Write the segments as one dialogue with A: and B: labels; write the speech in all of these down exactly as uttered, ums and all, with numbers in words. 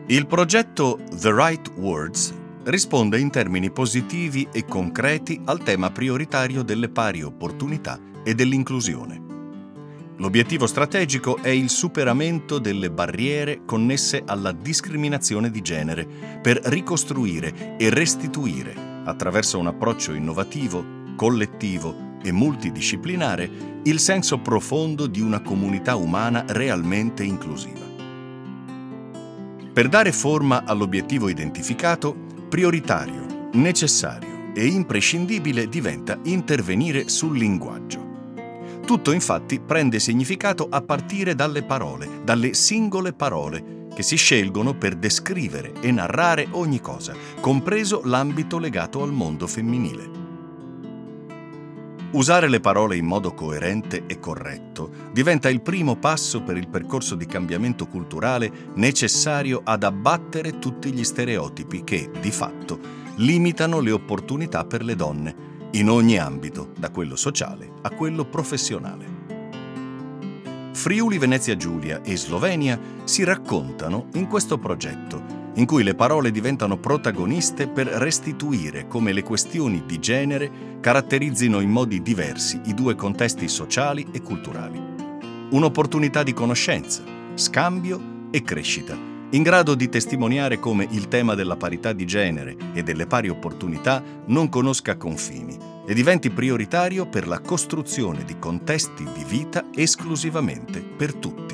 A: Il progetto The Right Words risponde in termini positivi e concreti al tema prioritario delle pari opportunità e dell'inclusione. L'obiettivo strategico è il superamento delle barriere connesse alla discriminazione di genere per ricostruire e restituire, attraverso un approccio innovativo, collettivo e multidisciplinare, il senso profondo di una comunità umana realmente inclusiva. Per dare forma all'obiettivo identificato, prioritario, necessario e imprescindibile diventa intervenire sul linguaggio. Tutto infatti prende significato a partire dalle parole, dalle singole parole che si scelgono per descrivere e narrare ogni cosa, compreso l'ambito legato al mondo femminile. Usare le parole in modo coerente e corretto diventa il primo passo per il percorso di cambiamento culturale necessario ad abbattere tutti gli stereotipi che, di fatto, limitano le opportunità per le donne, in ogni ambito, da quello sociale a quello professionale. Friuli Venezia Giulia e Slovenia si raccontano in questo progetto, in cui le parole diventano protagoniste per restituire come le questioni di genere caratterizzino in modi diversi i due contesti sociali e culturali. Un'opportunità di conoscenza, scambio e crescita, in grado di testimoniare come il tema della parità di genere e delle pari opportunità non conosca confini e diventi prioritario per la costruzione di contesti di vita esclusivamente per tutti.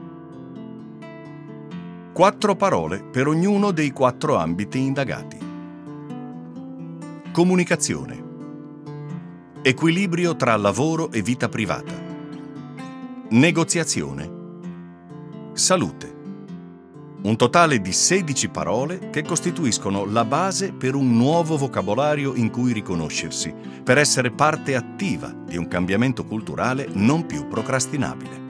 A: Quattro parole per ognuno dei quattro ambiti indagati. Comunicazione. Equilibrio tra lavoro e vita privata. Negoziazione. Salute. Un totale di sedici parole che costituiscono la base per un nuovo vocabolario in cui riconoscersi, per essere parte attiva di un cambiamento culturale non più procrastinabile.